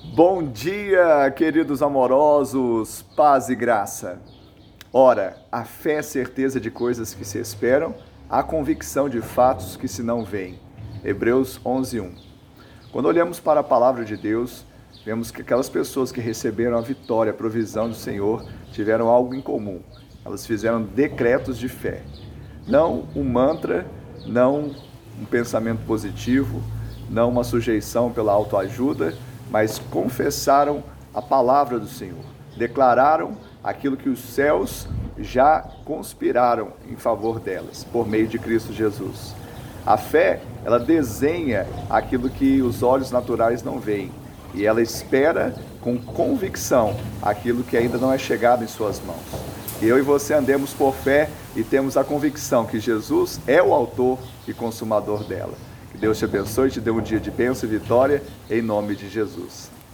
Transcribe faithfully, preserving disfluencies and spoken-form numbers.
Bom dia, queridos amorosos, paz e graça. Ora, a fé é certeza de coisas que se esperam, a convicção de fatos que se não veem. Hebreus onze, um. Quando olhamos para a palavra de Deus, vemos que aquelas pessoas que receberam a vitória, a provisão do Senhor, tiveram algo em comum. Elas fizeram decretos de fé. Não um mantra, não um pensamento positivo, não uma sujeição pela autoajuda, mas confessaram a palavra do Senhor, declararam aquilo que os céus já conspiraram em favor delas, por meio de Cristo Jesus. A fé, ela desenha aquilo que os olhos naturais não veem, e ela espera com convicção aquilo que ainda não é chegado em suas mãos. Que eu e você andemos por fé e temos a convicção que Jesus é o autor e consumador dela. Que Deus te abençoe e te dê um dia de bênção e vitória, em nome de Jesus.